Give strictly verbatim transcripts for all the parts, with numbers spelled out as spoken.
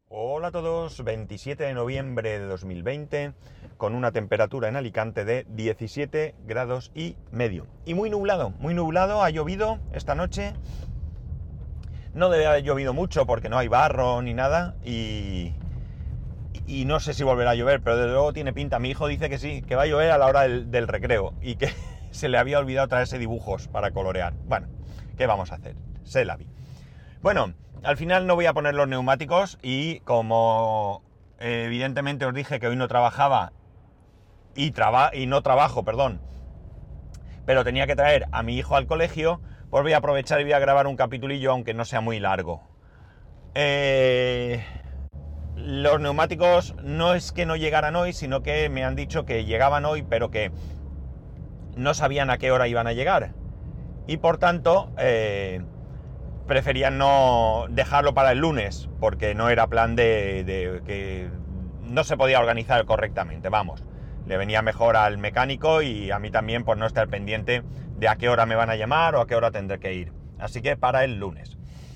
Hola a todos, veintisiete de noviembre de dos mil veinte, con una temperatura en Alicante de diecisiete grados y medio. Y muy nublado, muy nublado, ha llovido esta noche. No debe haber llovido mucho porque no hay barro ni nada y, y no sé si volverá a llover, pero desde luego tiene pinta. Mi hijo dice que sí, que va a llover a la hora del, del recreo y que se le había olvidado traerse dibujos para colorear. Bueno, ¿qué vamos a hacer? Se la vi. Bueno, al final no voy a poner los neumáticos y como eh, evidentemente os dije que hoy no trabajaba y, traba y no trabajo, perdón, pero tenía que traer a mi hijo al colegio, pues voy a aprovechar y voy a grabar un capitulillo aunque no sea muy largo. Eh, los neumáticos no es que no llegaran hoy, sino que me han dicho que llegaban hoy, pero que no sabían a qué hora iban a llegar. Y por tanto... Eh, preferían no dejarlo para el lunes, porque no era plan de, de que no se podía organizar correctamente, vamos. Le venía mejor al mecánico y a mí también por no estar pendiente de a qué hora me van a llamar o a qué hora tendré que ir. Así que para el lunes.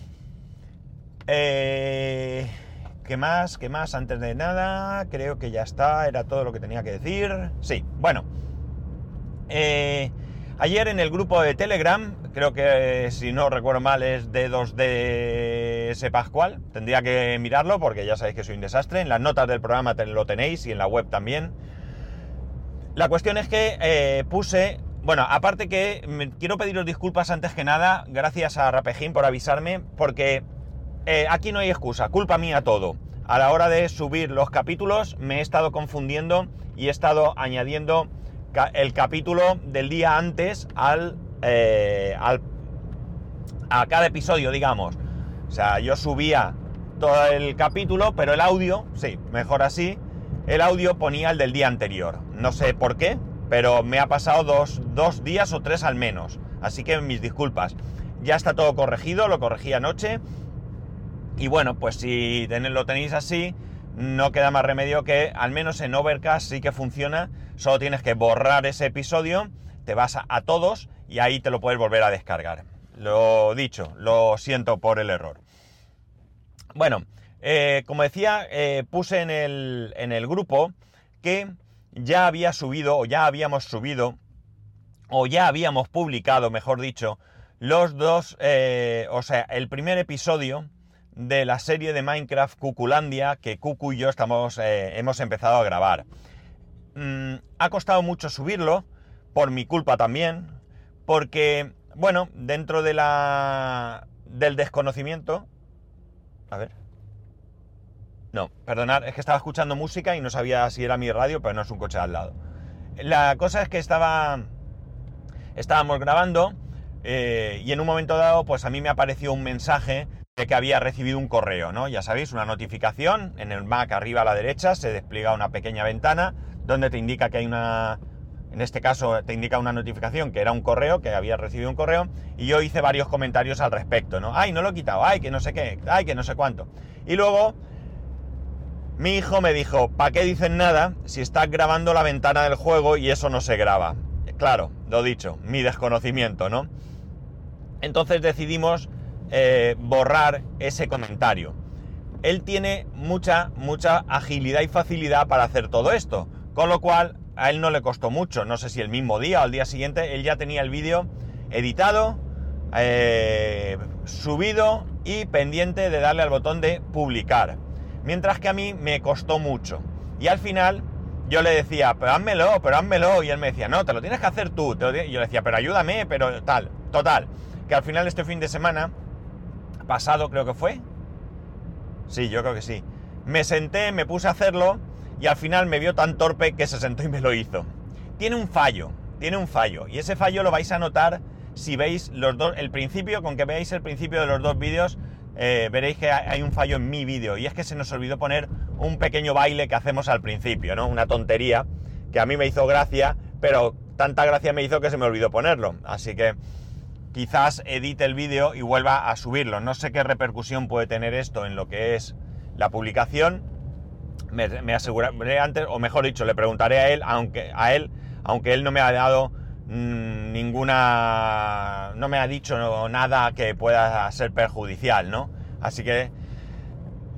Eh, ¿Qué más? ¿Qué más? Antes de nada, creo que ya está, era todo lo que tenía que decir. Sí, bueno. Eh... Ayer en el grupo de Telegram, creo que si no recuerdo mal es D dos D S Pascual, tendría que mirarlo porque ya sabéis que soy un desastre, en las notas del programa lo tenéis y en la web también. La cuestión es que eh, puse, bueno, aparte que me, quiero pediros disculpas antes que nada, gracias a Rapejín por avisarme, porque eh, aquí no hay excusa, culpa mía todo. A la hora de subir los capítulos me he estado confundiendo y he estado añadiendo el capítulo del día antes al, eh, al a cada episodio, digamos. O sea, yo subía todo el capítulo, pero el audio, sí, mejor así, el audio ponía el del día anterior. No sé por qué, pero me ha pasado dos, dos días o tres al menos. Así que mis disculpas. Ya está todo corregido, lo corregí anoche. Y bueno, pues si lo tenéis así, no queda más remedio que, al menos en Overcast sí que funciona, solo tienes que borrar ese episodio, te vas a, a todos y ahí te lo puedes volver a descargar. Lo dicho, lo siento por el error. Bueno, eh, como decía, eh, puse en el, en el grupo que ya había subido, o ya habíamos subido, o ya habíamos publicado, mejor dicho, los dos, eh, o sea, el primer episodio de la serie de Minecraft Cuculandia que Cucu y yo estamos, eh, hemos empezado a grabar. Mm, ha costado mucho subirlo, por mi culpa también, porque, bueno, dentro de la del desconocimiento... A ver... No, perdonad, es que estaba escuchando música y no sabía si era mi radio, pero no es un coche al lado. La cosa es que estaba... estábamos grabando eh, y en un momento dado, pues a mí me apareció un mensaje de que había recibido un correo, ¿no? Ya sabéis, una notificación, en el Mac arriba a la derecha se despliega una pequeña ventana donde te indica que hay una, en este caso te indica una notificación que era un correo, que había recibido un correo, y yo hice varios comentarios al respecto, ¿no? Ay, no lo he quitado, ay, que no sé qué, ay, que no sé cuánto. Y luego mi hijo me dijo, ¿para qué dicen nada si estás grabando la ventana del juego y eso no se graba? Claro, lo dicho, mi desconocimiento, ¿no? Entonces decidimos Eh, borrar ese comentario. Él tiene mucha, mucha agilidad y facilidad para hacer todo esto, con lo cual a él no le costó mucho, no sé si el mismo día o al día siguiente, él ya tenía el vídeo editado, eh, subido y pendiente de darle al botón de publicar, mientras que a mí me costó mucho. Y al final yo le decía, pero házmelo, pero házmelo, y él me decía, no, te lo tienes que hacer tú, te lo y yo le decía, pero ayúdame, pero tal, total, que al final este fin de semana pasado creo que fue, sí, yo creo que sí, me senté, me puse a hacerlo y al final me vio tan torpe que se sentó y me lo hizo. Tiene un fallo, tiene un fallo, y ese fallo lo vais a notar si veis los dos, el principio, con que veáis el principio de los dos vídeos, eh, veréis que hay un fallo en mi vídeo, y es que se nos olvidó poner un pequeño baile que hacemos al principio, ¿no? Una tontería que a mí me hizo gracia, pero tanta gracia me hizo que se me olvidó ponerlo, así que quizás edite el vídeo y vuelva a subirlo. No sé qué repercusión puede tener esto en lo que es la publicación. Me, me aseguraré antes, o mejor dicho, le preguntaré a él, aunque a él, aunque él no me ha dado mmm, ninguna, no me ha dicho nada que pueda ser perjudicial, ¿no? Así que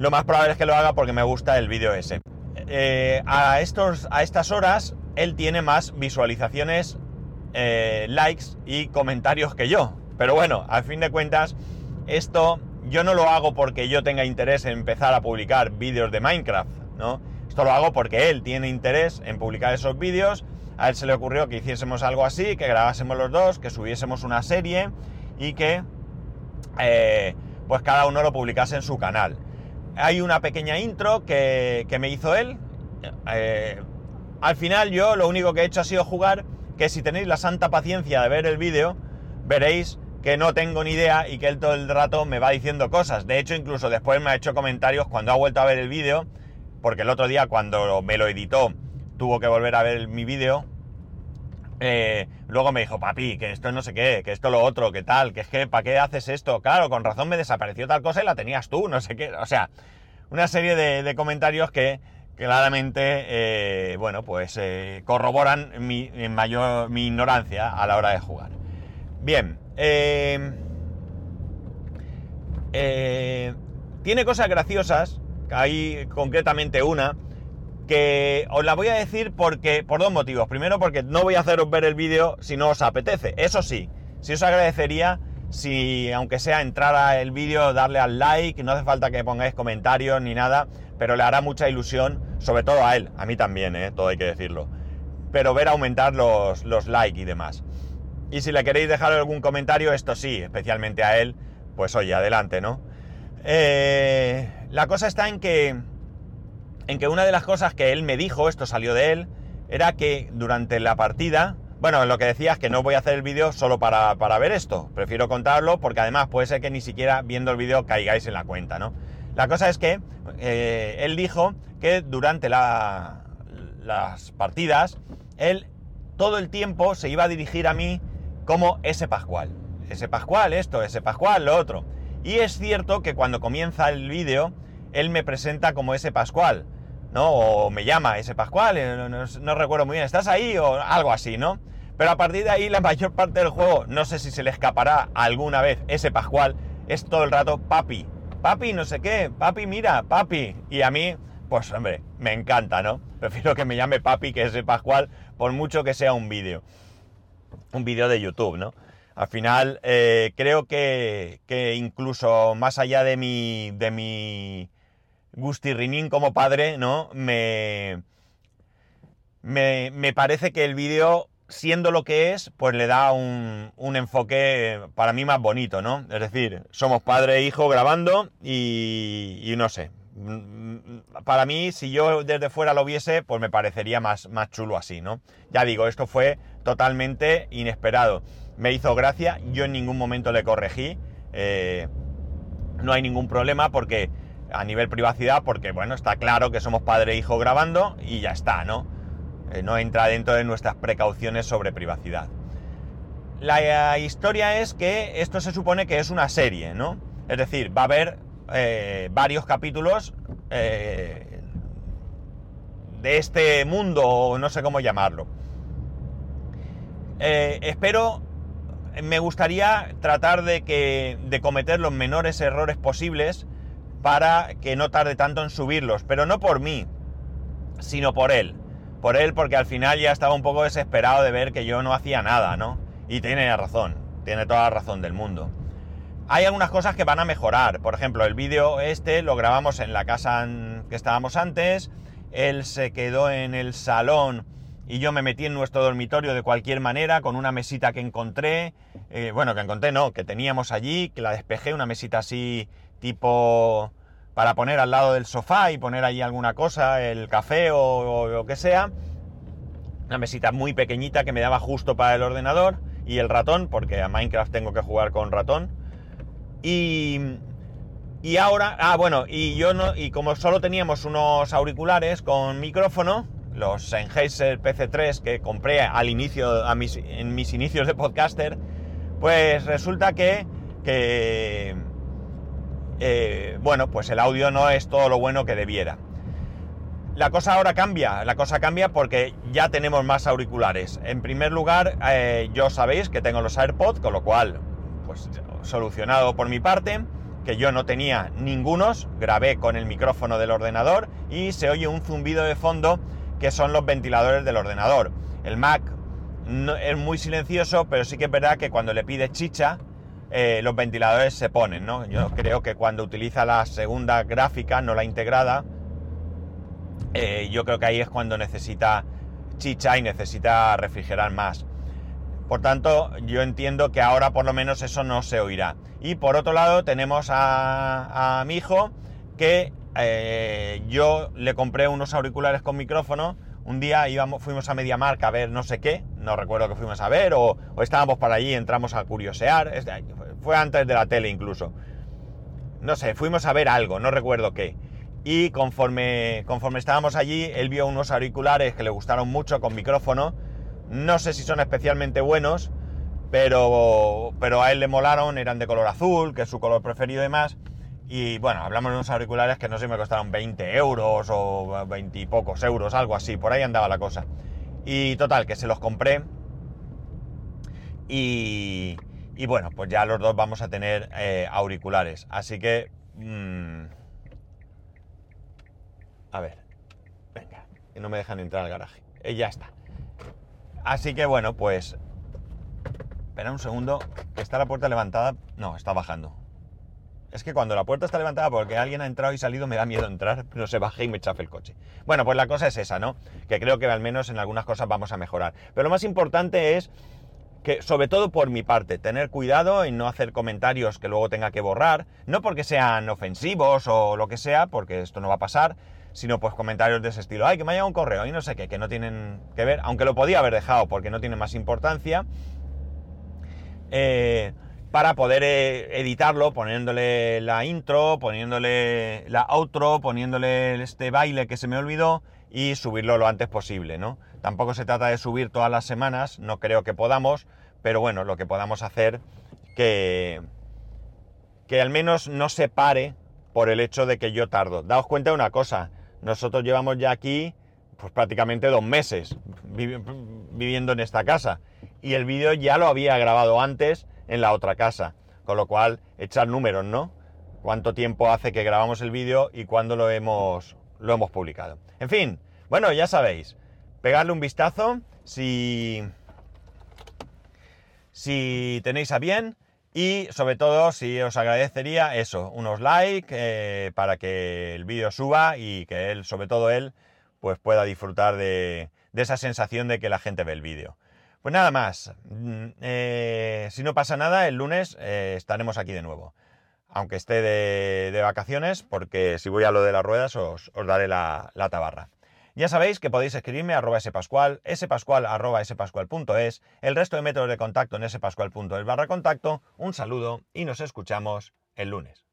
lo más probable es que lo haga porque me gusta el vídeo ese. Eh, a, estos, a estas horas él tiene más visualizaciones, eh, likes y comentarios que yo. Pero bueno, al fin de cuentas, esto yo no lo hago porque yo tenga interés en empezar a publicar vídeos de Minecraft, ¿no? Esto lo hago porque él tiene interés en publicar esos vídeos. A él se le ocurrió que hiciésemos algo así, que grabásemos los dos, que subiésemos una serie y que eh, pues cada uno lo publicase en su canal. Hay una pequeña intro que, que me hizo él. Eh, al final yo lo único que he hecho ha sido jugar, que si tenéis la santa paciencia de ver el vídeo, veréis que no tengo ni idea y que él todo el rato me va diciendo cosas. De hecho, incluso después me ha hecho comentarios cuando ha vuelto a ver el vídeo, porque el otro día cuando me lo editó tuvo que volver a ver mi vídeo. Eh, luego me dijo, papi, que esto no sé qué, que esto lo otro, que tal, que es que, ¿para qué haces esto? Claro, con razón me desapareció tal cosa y la tenías tú, no sé qué. O sea, una serie de, de comentarios que claramente, eh, bueno, pues eh, corroboran mi, en mayor, mi ignorancia a la hora de jugar. Bien, eh, eh, tiene cosas graciosas, hay concretamente una, que os la voy a decir porque por dos motivos. Primero, porque no voy a haceros ver el vídeo si no os apetece. Eso sí, sí os agradecería si, aunque sea entrar al vídeo, darle al like. No hace falta que pongáis comentarios ni nada, pero le hará mucha ilusión, sobre todo a él, a mí también, ¿eh? Todo hay que decirlo. Pero ver aumentar los, los likes y demás. Y si le queréis dejar algún comentario, esto sí, especialmente a él, pues oye, adelante, ¿no? Eh, la cosa está en que... en que una de las cosas que él me dijo, esto salió de él, era que durante la partida, bueno, lo que decía es que no voy a hacer el vídeo solo para, para ver esto, prefiero contarlo porque además puede ser que ni siquiera viendo el vídeo caigáis en la cuenta, ¿no? La cosa es que eh, él dijo que durante la, las partidas, él todo el tiempo se iba a dirigir a mí como ese Pascual. Ese Pascual esto, ese Pascual lo otro. Y es cierto que cuando comienza el vídeo, él me presenta como ese Pascual, ¿no? O me llama ese Pascual, no, no, no recuerdo muy bien, ¿estás ahí? O algo así, ¿no? Pero a partir de ahí la mayor parte del juego, no sé si se le escapará alguna vez ese Pascual, es todo el rato papi, papi no sé qué, papi mira, papi. Y a mí, pues hombre, me encanta, ¿no? Prefiero que me llame papi que ese Pascual, por mucho que sea un vídeo, un vídeo de YouTube, ¿no? Al final, eh, creo que, que incluso más allá de mi... de mi gustirrinín como padre, ¿no? Me, me, me parece que el vídeo, siendo lo que es, pues le da un, un enfoque para mí más bonito, ¿no? Es decir, somos padre e hijo grabando y, y no sé. Para mí, si yo desde fuera lo viese, pues me parecería más, más chulo así, ¿no? Ya digo, esto fue totalmente inesperado. Me hizo gracia, yo en ningún momento le corregí. Eh, no hay ningún problema porque... a nivel privacidad, porque bueno, está claro que somos padre e hijo grabando y ya está, ¿no? Eh, no entra dentro de nuestras precauciones sobre privacidad. La eh, historia es que esto se supone que es una serie, ¿no? Es decir, va a haber eh, varios capítulos eh, de este mundo, o no sé cómo llamarlo. Eh, espero, me gustaría tratar de, que, de cometer los menores errores posibles para que no tarde tanto en subirlos, pero no por mí, sino por él. Por él, porque al final ya estaba un poco desesperado de ver que yo no hacía nada, ¿no? Y tiene razón, tiene toda la razón del mundo. Hay algunas cosas que van a mejorar. Por ejemplo, el vídeo este lo grabamos en la casa en que estábamos antes, él se quedó en el salón y yo me metí en nuestro dormitorio de cualquier manera con una mesita que encontré, eh, bueno, que encontré no, que teníamos allí, que la despejé, una mesita así... tipo para poner al lado del sofá y poner ahí alguna cosa, el café o, o lo que sea. Una mesita muy pequeñita que me daba justo para el ordenador y el ratón, porque a Minecraft tengo que jugar con ratón. Y, y ahora, ah bueno, y yo no, y como solo teníamos unos auriculares con micrófono, los Sennheiser P C tres que compré al inicio, a mis, en mis inicios de podcaster, pues resulta que, que Eh, bueno, pues el audio no es todo lo bueno que debiera. La cosa ahora cambia, la cosa cambia porque ya tenemos más auriculares. En primer lugar, eh, yo sabéis que tengo los AirPods, con lo cual, pues solucionado por mi parte. que yo no tenía ningunos, grabé con el micrófono del ordenador y se oye un zumbido de fondo que son los ventiladores del ordenador. El Mac no, es muy silencioso, pero sí que es verdad que cuando le pides chicha, eh, los ventiladores se ponen, ¿no? Yo creo que cuando utiliza la segunda gráfica, no la integrada, eh, yo creo que ahí es cuando necesita chicha y necesita refrigerar más. Por tanto, yo entiendo que ahora por lo menos eso no se oirá. Y por otro lado tenemos a, a mi hijo que eh, yo le compré unos auriculares con micrófono. Un día íbamos, fuimos a MediaMarkt a ver no sé qué, no recuerdo qué fuimos a ver, o, o estábamos por allí, entramos a curiosear, fue antes de la tele incluso. No sé, fuimos a ver algo, no recuerdo qué. Y conforme, conforme estábamos allí, él vio unos auriculares que le gustaron mucho con micrófono. No sé si son especialmente buenos, pero, pero a él le molaron, eran de color azul, que es su color preferido y demás. Y bueno, hablamos de unos auriculares que no sé si me costaron veinte euros o veinte y pocos euros, algo así, por ahí andaba la cosa. Y total, que se los compré. Y, y bueno, pues ya los dos vamos a tener eh, auriculares. Así que... Mmm, a ver, venga, que no me dejan entrar al garaje. Eh, ya está. Así que bueno, pues... Espera un segundo, que está la puerta levantada. No, está bajando. Es que cuando la puerta está levantada porque alguien ha entrado y salido me da miedo entrar, pero se baje y me chafe el coche. Bueno, pues la cosa es esa, ¿no? Que creo que al menos en algunas cosas vamos a mejorar. Pero lo más importante es que, sobre todo por mi parte, tener cuidado en no hacer comentarios que luego tenga que borrar. No porque sean ofensivos o lo que sea, porque esto no va a pasar, sino pues comentarios de ese estilo. Ay, que me ha llegado un correo y no sé qué, que no tienen que ver, aunque lo podía haber dejado porque no tiene más importancia. Eh... para poder eh, editarlo, poniéndole la intro, poniéndole la outro, poniéndole este baile que se me olvidó y subirlo lo antes posible, ¿no? Tampoco se trata de subir todas las semanas, no creo que podamos, pero bueno, lo que podamos hacer que, que al menos no se pare por el hecho de que yo tardo. Daos cuenta de una cosa, nosotros llevamos ya aquí pues prácticamente dos meses vivi- viviendo en esta casa y el vídeo ya lo había grabado antes en la otra casa, con lo cual echar números, ¿no? Cuánto tiempo hace que grabamos el vídeo y cuándo lo hemos, lo hemos publicado. En fin, bueno, ya sabéis, pegadle un vistazo si, si tenéis a bien y sobre todo si os agradecería eso, unos likes eh, para que el vídeo suba y que él, sobre todo él, pues pueda disfrutar de, de esa sensación de que la gente ve el vídeo. Pues nada más, eh, si no pasa nada, el lunes eh, estaremos aquí de nuevo, aunque esté de, de vacaciones, porque si voy a lo de las ruedas os, os daré la, la tabarra. Ya sabéis que podéis escribirme a arroba spascual, spascual arroba spascual.es, el resto de métodos de contacto en spascual.es barra contacto. Un saludo y nos escuchamos el lunes.